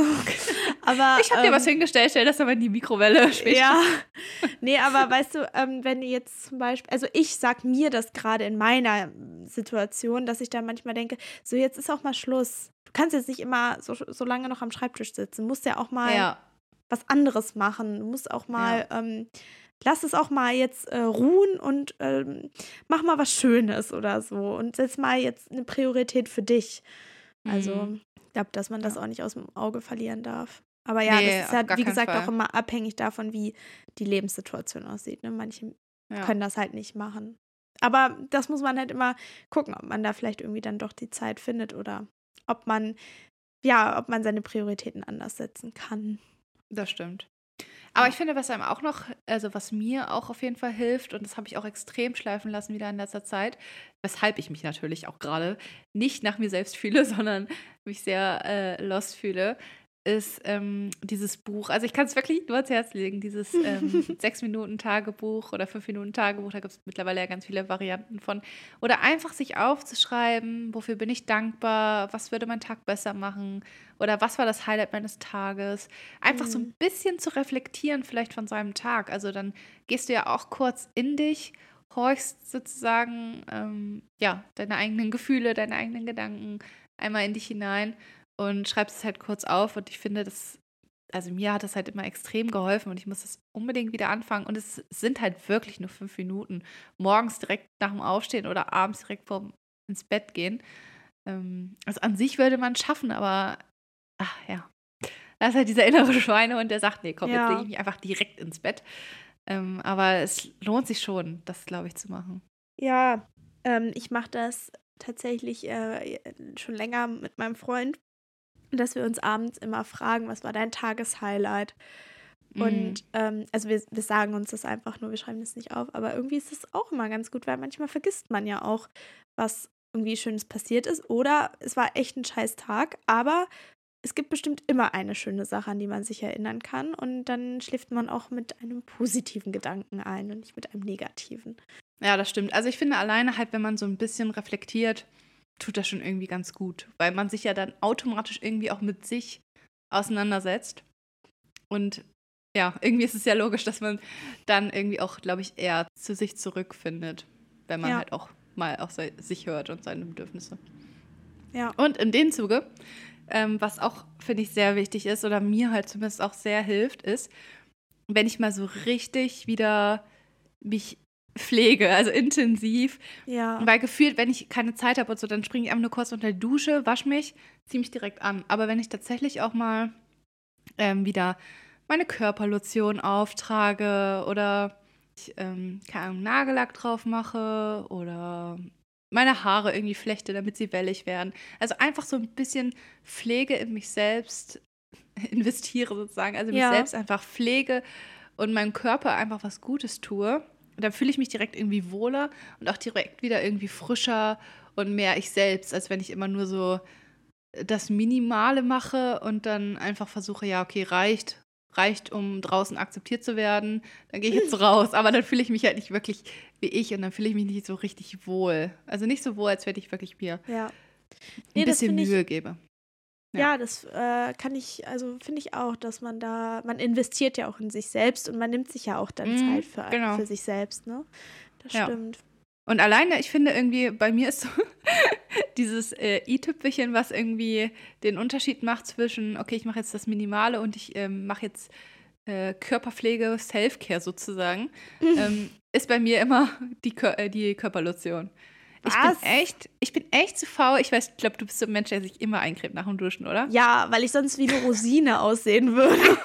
Aber Ich habe dir ähm, was hingestellt, stell das aber in die Mikrowelle später. ja, nee, aber weißt du, ähm, wenn du jetzt zum Beispiel, also ich sag mir das gerade in meiner Situation, dass ich dann manchmal denke, so jetzt ist auch mal Schluss. Du kannst jetzt nicht immer so, so lange noch am Schreibtisch sitzen. Du musst ja auch mal Ja, was anderes machen. Du musst auch mal, ähm, lass es auch mal jetzt äh, ruhen und ähm, mach mal was Schönes oder so. Und setz mal jetzt eine Priorität für dich. Also, Mhm. ich glaube, dass man das Ja. auch nicht aus dem Auge verlieren darf. Aber ja, Nee, das ist auf halt, gar wie keinen gesagt, Fall. auch immer abhängig davon, wie die Lebenssituation aussieht. Ne? Manche ja. können das halt nicht machen. Aber das muss man halt immer gucken, ob man da vielleicht irgendwie dann doch die Zeit findet oder ob man, ja, ob man seine Prioritäten anders setzen kann. Das stimmt. Aber Ja. ich finde, was einem auch noch, also was mir auch auf jeden Fall hilft, und das habe ich auch extrem schleifen lassen wieder in letzter Zeit, weshalb ich mich natürlich auch gerade nicht nach mir selbst fühle, sondern mich sehr äh, lost fühle, ist ähm, dieses Buch. Also ich kann es wirklich nur ans Herz legen, dieses ähm, sechs-Minuten-Tagebuch oder fünf-Minuten-Tagebuch, da gibt es mittlerweile ja ganz viele Varianten von. Oder einfach sich aufzuschreiben, wofür bin ich dankbar, was würde mein Tag besser machen oder was war das Highlight meines Tages. Einfach so Mhm. ein bisschen zu reflektieren vielleicht von seinem Tag. Also dann gehst du ja auch kurz in dich, horchst sozusagen ähm, ja, deine eigenen Gefühle, deine eigenen Gedanken einmal in dich hinein und schreibst es halt kurz auf. Und ich finde, das, also mir hat das halt immer extrem geholfen und ich muss das unbedingt wieder anfangen. Und es sind halt wirklich nur fünf Minuten. Morgens direkt nach dem Aufstehen oder abends direkt vorm ins Bett gehen. Ähm, also an sich würde man es schaffen, aber ach ja. Da ist halt dieser innere Schweinehund, der sagt, nee, komm, jetzt Ja. lege ich mich einfach direkt ins Bett. Ähm, aber es lohnt sich schon, das, glaube ich, zu machen. Ja, ähm, ich mache das tatsächlich äh, schon länger mit meinem Freund, dass wir uns abends immer fragen, was war dein Tageshighlight? Und ähm, also wir, wir sagen uns das einfach nur, wir schreiben das nicht auf, aber irgendwie ist es auch immer ganz gut, weil manchmal vergisst man ja auch, was irgendwie Schönes passiert ist oder es war echt ein scheiß Tag, aber es gibt bestimmt immer eine schöne Sache, an die man sich erinnern kann und dann schläft man auch mit einem positiven Gedanken ein und nicht mit einem negativen. Ja, das stimmt. Also ich finde alleine halt, wenn man so ein bisschen reflektiert, tut das schon irgendwie ganz gut, weil man sich ja dann automatisch irgendwie auch mit sich auseinandersetzt und ja, irgendwie ist es ja logisch, dass man dann irgendwie auch, glaube ich, eher zu sich zurückfindet, wenn man Ja. halt auch mal auf se- sich hört und seine Bedürfnisse. Ja. Und in dem Zuge, ähm, was auch, finde ich, sehr wichtig ist oder mir halt zumindest auch sehr hilft, ist, wenn ich mal so richtig wieder mich pflege, also intensiv, Ja. weil gefühlt, wenn ich keine Zeit habe und so, dann springe ich einfach nur kurz unter die Dusche, wasche mich, ziehe mich direkt an. Aber wenn ich tatsächlich auch mal ähm, wieder meine Körperlotion auftrage oder ich, ähm, keine Ahnung, Nagellack drauf mache oder meine Haare irgendwie flechte, damit sie wellig werden. Also einfach so ein bisschen Pflege in mich selbst investiere sozusagen, also mich Ja. selbst einfach pflege und meinem Körper einfach was Gutes tue. Dann fühle ich mich direkt irgendwie wohler und auch direkt wieder irgendwie frischer und mehr ich selbst, als wenn ich immer nur so das Minimale mache und dann einfach versuche, ja, okay, reicht, reicht, um draußen akzeptiert zu werden, dann gehe ich jetzt raus. Aber dann fühle ich mich halt nicht wirklich wie ich und dann fühle ich mich nicht so richtig wohl. Also nicht so wohl, als wenn ich wirklich mir Ja. ein Nee, das bisschen finde ich- Mühe gebe. Ja, Ja. das äh, kann ich, also finde ich auch, dass man da, man investiert ja auch in sich selbst und man nimmt sich ja auch dann Mhm, Zeit für, genau. für sich selbst, ne? Das Ja. stimmt. Und alleine, ich finde irgendwie, bei mir ist so dieses äh, i-Tüpfelchen, was irgendwie den Unterschied macht zwischen, okay, ich mache jetzt das Minimale und ich ähm, mache jetzt äh, Körperpflege, Self-Care sozusagen, ähm, ist bei mir immer die, Kör äh, die Körperlotion. Ich Was? bin echt, ich bin echt zu faul. Ich weiß, ich glaube, du bist so ein Mensch, der sich immer eincremt nach dem Duschen, oder? Ja, weil ich sonst wie eine Rosine aussehen würde.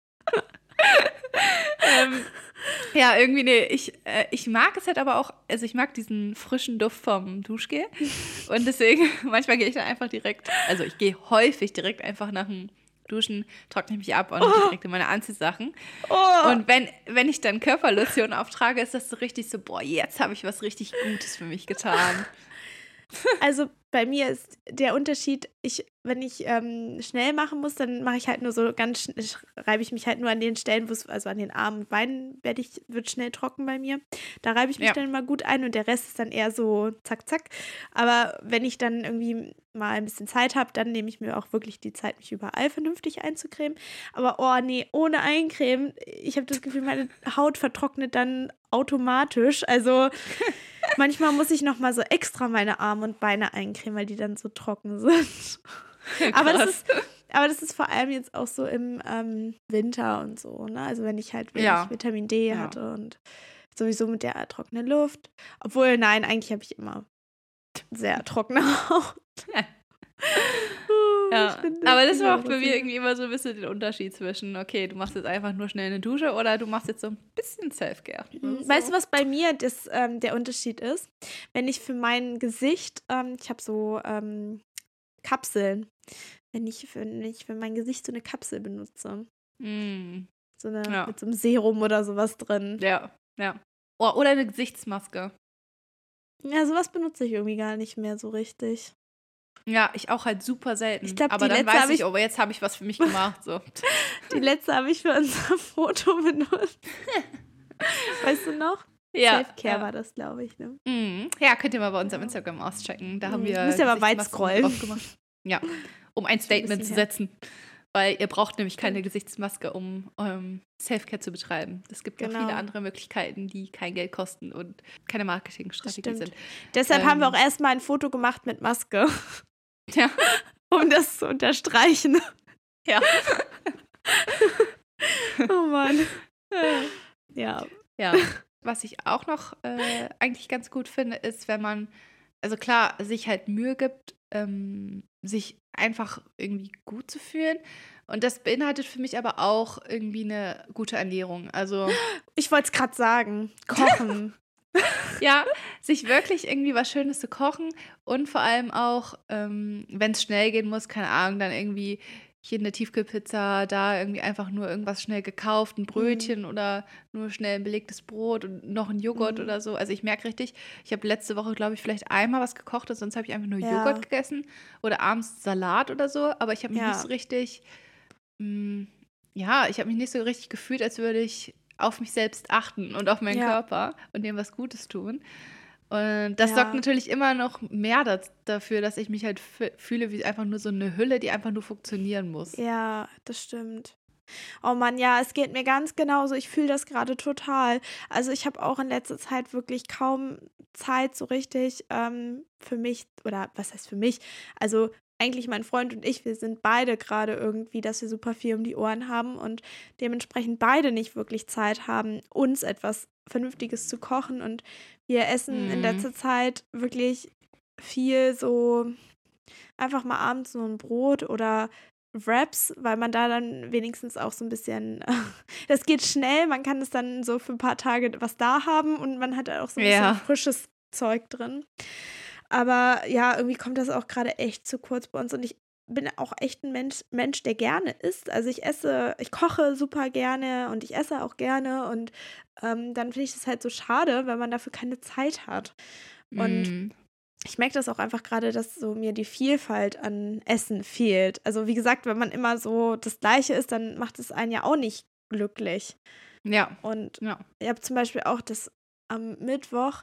ähm, ja, irgendwie, nee, ich, äh, ich mag es halt aber auch, also ich mag diesen frischen Duft vom Duschgel und deswegen, manchmal gehe ich dann einfach direkt, also ich gehe häufig direkt einfach nach dem Duschen, trockne ich mich ab und Oh. direkt in meine Anziehsachen. Oh. Und wenn, wenn ich dann Körperlotion auftrage, ist das so richtig so, boah, jetzt habe ich was richtig Gutes für mich getan. Also bei mir ist der Unterschied, ich, wenn ich ähm, schnell machen muss, dann mache ich halt nur so ganz, schn- reibe ich mich halt nur an den Stellen, wo es, also an den Armen und Beinen werde ich, wird schnell trocken bei mir. Da reibe ich mich Ja. dann immer gut ein und der Rest ist dann eher so zack, zack. Aber wenn ich dann irgendwie mal ein bisschen Zeit habe, dann nehme ich mir auch wirklich die Zeit, mich überall vernünftig einzucremen. Aber oh nee, ohne Eincremen, ich habe das Gefühl, meine Haut vertrocknet dann automatisch. Also manchmal muss ich noch mal so extra meine Arme und Beine eincremen, weil die dann so trocken sind. aber, das ist, aber das ist vor allem jetzt auch so im ähm, Winter und so, ne? Also wenn ich halt wenig Ja. Vitamin D Ja. hatte und sowieso mit der trockenen Luft. Obwohl, nein, eigentlich habe ich immer sehr trockene Haut. Ja, Ich bin aber das immer macht bei mir Rosine. irgendwie immer so ein bisschen den Unterschied zwischen, okay, du machst jetzt einfach nur schnell eine Dusche oder du machst jetzt so ein bisschen Self-Care. Mhm. Weißt du, was bei mir das, ähm, der Unterschied ist? Wenn ich für mein Gesicht, ähm, ich habe so ähm, Kapseln, wenn ich, für, wenn ich für mein Gesicht so eine Kapsel benutze, Mm, so eine Ja. mit so einem Serum oder sowas drin. ja, ja. Oh, oder eine Gesichtsmaske. Ja, sowas benutze ich irgendwie gar nicht mehr so richtig. Ja, ich auch halt super selten. Ich glaub, aber die dann letzte weiß hab ich, ich- oh, aber jetzt habe ich was für mich gemacht. So. Die letzte habe ich für unser Foto benutzt. Weißt du noch? Ja, Self-Care ja. war das, glaube ich, ne? Mhm. Ja, könnt ihr mal bei unserem Instagram auschecken. Da haben Mhm. wir Müsst ihr aber weit Gesichtsmasken scrollen. drauf gemacht. Ja, um ein Statement zu bisschen her. setzen. Weil ihr braucht nämlich keine Gesichtsmaske, um ähm, Selfcare zu betreiben. Es gibt noch Genau. viele andere Möglichkeiten, die kein Geld kosten und keine Marketingstrategie stimmt. sind. Deshalb haben wir Ähm. auch erstmal ein Foto gemacht mit Maske, Ja, um das zu unterstreichen. ja. Oh Mann. Ja. Ja, was ich auch noch äh, eigentlich ganz gut finde, ist, wenn man, also klar, sich halt Mühe gibt, ähm, sich einfach irgendwie gut zu fühlen. Und das beinhaltet für mich aber auch irgendwie eine gute Ernährung. Also Ich wollte es gerade sagen. Kochen. ja, sich wirklich irgendwie was Schönes zu kochen und vor allem auch, ähm, wenn es schnell gehen muss, keine Ahnung, dann irgendwie hier eine Tiefkühlpizza, da irgendwie einfach nur irgendwas schnell gekauft, ein Brötchen mhm. oder nur schnell ein belegtes Brot und noch ein Joghurt mhm. oder so. Also ich merke richtig, ich habe letzte Woche, glaube ich, vielleicht einmal was gekocht und sonst habe ich einfach nur ja. Joghurt gegessen oder abends Salat oder so. Aber ich habe mich ja. nicht so richtig, mh, ja, ich habe mich nicht so richtig gefühlt, als würde ich auf mich selbst achten und auf meinen ja. Körper und dem was Gutes tun. Und das ja. sorgt natürlich immer noch mehr das, dafür, dass ich mich halt f- fühle wie einfach nur so eine Hülle, die einfach nur funktionieren muss. Ja, das stimmt. Oh Mann, ja, es geht mir ganz genauso. Ich fühle das gerade total. Also ich habe auch in letzter Zeit wirklich kaum Zeit so richtig ähm, für mich, oder was heißt für mich? Also eigentlich mein Freund und ich, wir sind beide gerade irgendwie, dass wir super viel um die Ohren haben und dementsprechend beide nicht wirklich Zeit haben, uns etwas Vernünftiges zu kochen. Und wir essen mm. in letzter Zeit wirklich viel so einfach mal abends so ein Brot oder Wraps, weil man da dann wenigstens auch so ein bisschen, das geht schnell, man kann es dann so für ein paar Tage was da haben und man hat auch so ein ja. bisschen frisches Zeug drin. Aber ja, irgendwie kommt das auch gerade echt zu kurz bei uns und ich bin auch echt ein Mensch, Mensch, der gerne isst. Also ich esse, ich koche super gerne und ich esse auch gerne und ähm, dann finde ich das halt so schade, wenn man dafür keine Zeit hat. Und mm. ich merke das auch einfach gerade, dass so mir die Vielfalt an Essen fehlt. Also wie gesagt, wenn man immer so das Gleiche isst, dann macht es einen ja auch nicht glücklich. Ja. Und ja. ich habe zum Beispiel auch das am Mittwoch,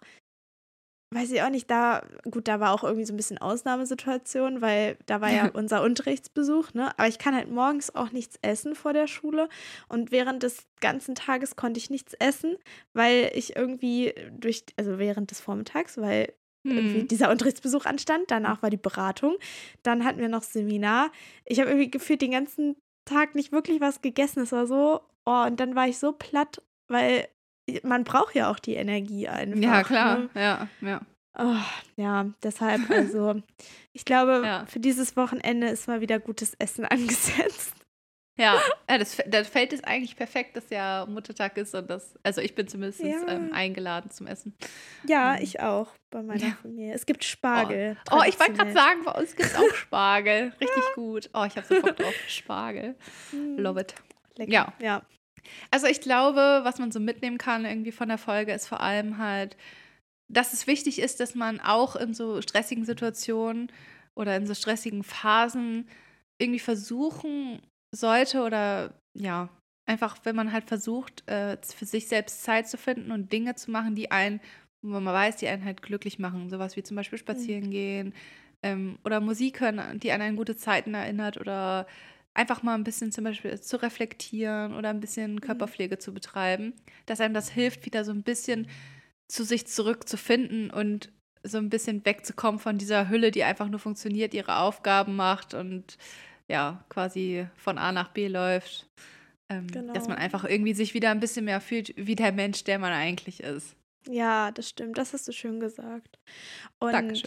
weiß ich auch nicht, da, gut, da war auch irgendwie so ein bisschen Ausnahmesituation, weil da war ja unser Unterrichtsbesuch, ne? Aber ich kann halt morgens auch nichts essen vor der Schule und während des ganzen Tages konnte ich nichts essen, weil ich irgendwie durch, also während des Vormittags, weil irgendwie hm. dieser Unterrichtsbesuch anstand, danach war die Beratung, dann hatten wir noch Seminar. Ich habe irgendwie gefühlt den ganzen Tag nicht wirklich was gegessen, es war so, oh, und dann war ich so platt, weil man braucht ja auch die Energie einfach. Ja, klar, ne? ja, ja. Oh, ja, deshalb, also, ich glaube, ja. für dieses Wochenende ist mal wieder gutes Essen angesetzt. Ja, ja das, das fällt es eigentlich perfekt, dass ja Muttertag ist und das, also ich bin zumindest ja. ähm, eingeladen zum Essen. Ja, ähm. ich auch bei meiner ja. Familie. Es gibt Spargel. Oh, oh ich wollte gerade sagen, bei uns gibt es auch Spargel. Richtig gut. Oh, ich habe so Bock drauf. Spargel. Love it. Lecker. Ja. ja. Also ich glaube, was man so mitnehmen kann irgendwie von der Folge, ist vor allem halt, dass es wichtig ist, dass man auch in so stressigen Situationen oder in so stressigen Phasen irgendwie versuchen sollte oder ja, einfach, wenn man halt versucht, äh, für sich selbst Zeit zu finden und Dinge zu machen, die einen, wo man weiß, die einen halt glücklich machen. Sowas wie zum Beispiel spazieren mhm. gehen ähm, oder Musik hören, die an eine gute Zeiten erinnert oder einfach mal ein bisschen zum Beispiel zu reflektieren oder ein bisschen Körperpflege mhm. zu betreiben, dass einem das hilft, wieder so ein bisschen zu sich zurückzufinden und so ein bisschen wegzukommen von dieser Hülle, die einfach nur funktioniert, ihre Aufgaben macht und ja, quasi von A nach B läuft. Ähm, genau. Dass man einfach irgendwie sich wieder ein bisschen mehr fühlt wie der Mensch, der man eigentlich ist. Ja, das stimmt. Das hast du schön gesagt. Und Dankeschön.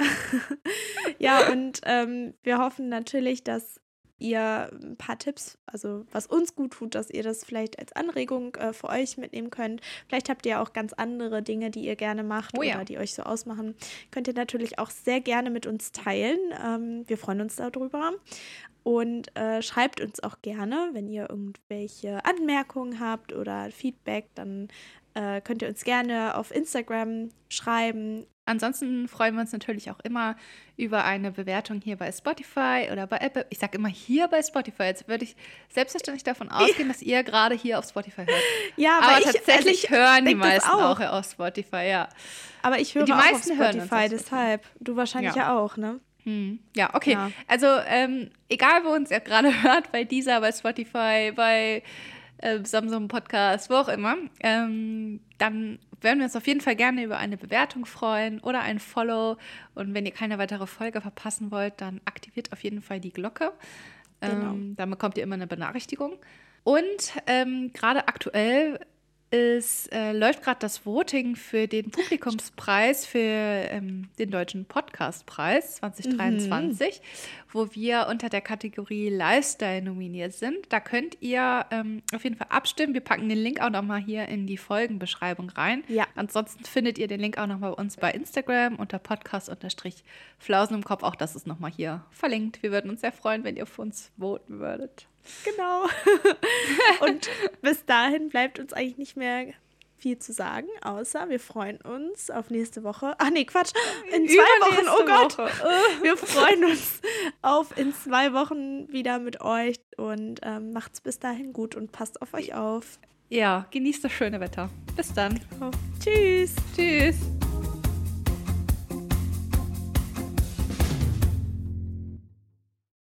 ja, und ähm, wir hoffen natürlich, dass ihr ein paar Tipps, also was uns gut tut, dass ihr das vielleicht als Anregung äh, für euch mitnehmen könnt. Vielleicht habt ihr auch ganz andere Dinge, die ihr gerne macht oh, ja. oder die euch so ausmachen. Könnt ihr natürlich auch sehr gerne mit uns teilen. Ähm, wir freuen uns darüber. Und äh, schreibt uns auch gerne, wenn ihr irgendwelche Anmerkungen habt oder Feedback, dann äh, könnt ihr uns gerne auf Instagram schreiben. Ansonsten freuen wir uns natürlich auch immer über eine Bewertung hier bei Spotify oder bei Apple. Ich sage immer hier bei Spotify. Jetzt würde ich selbstverständlich davon ausgehen, dass ihr gerade hier auf Spotify hört. Ja, aber, aber ich, tatsächlich also ich hören die meisten auch. auch auf Spotify, ja. Aber ich höre die auch meisten auf Spotify, hören auf deshalb. Du wahrscheinlich ja, ja auch, ne? Hm. Ja, okay. Ja. Also ähm, egal, wo uns ihr gerade hört, bei dieser, bei Spotify, bei äh, Samsung Podcast, wo auch immer, ähm, dann würden wir uns auf jeden Fall gerne über eine Bewertung freuen oder ein Follow. Und wenn ihr keine weitere Folge verpassen wollt, dann aktiviert auf jeden Fall die Glocke. Ähm, Genau. Dann bekommt ihr immer eine Benachrichtigung. Und ähm, gerade aktuell Es äh, läuft gerade das Voting für den Publikumspreis für ähm, den Deutschen Podcastpreis zwanzig dreiundzwanzig, mhm. wo wir unter der Kategorie Lifestyle nominiert sind. Da könnt ihr ähm, auf jeden Fall abstimmen. Wir packen den Link auch nochmal hier in die Folgenbeschreibung rein. Ja. Ansonsten findet ihr den Link auch nochmal bei uns bei Instagram unter Podcast-Flausen im Kopf. Auch das ist nochmal hier verlinkt. Wir würden uns sehr freuen, wenn ihr für uns voten würdet. Genau. Und bis dahin bleibt uns eigentlich nicht mehr viel zu sagen, außer wir freuen uns auf nächste Woche. Ach nee, Quatsch. In zwei Wochen, oh Gott. Woche. Wir freuen uns auf in zwei Wochen wieder mit euch und ähm, macht's bis dahin gut und passt auf euch auf. Ja, genießt das schöne Wetter. Bis dann. Oh. Tschüss. Tschüss.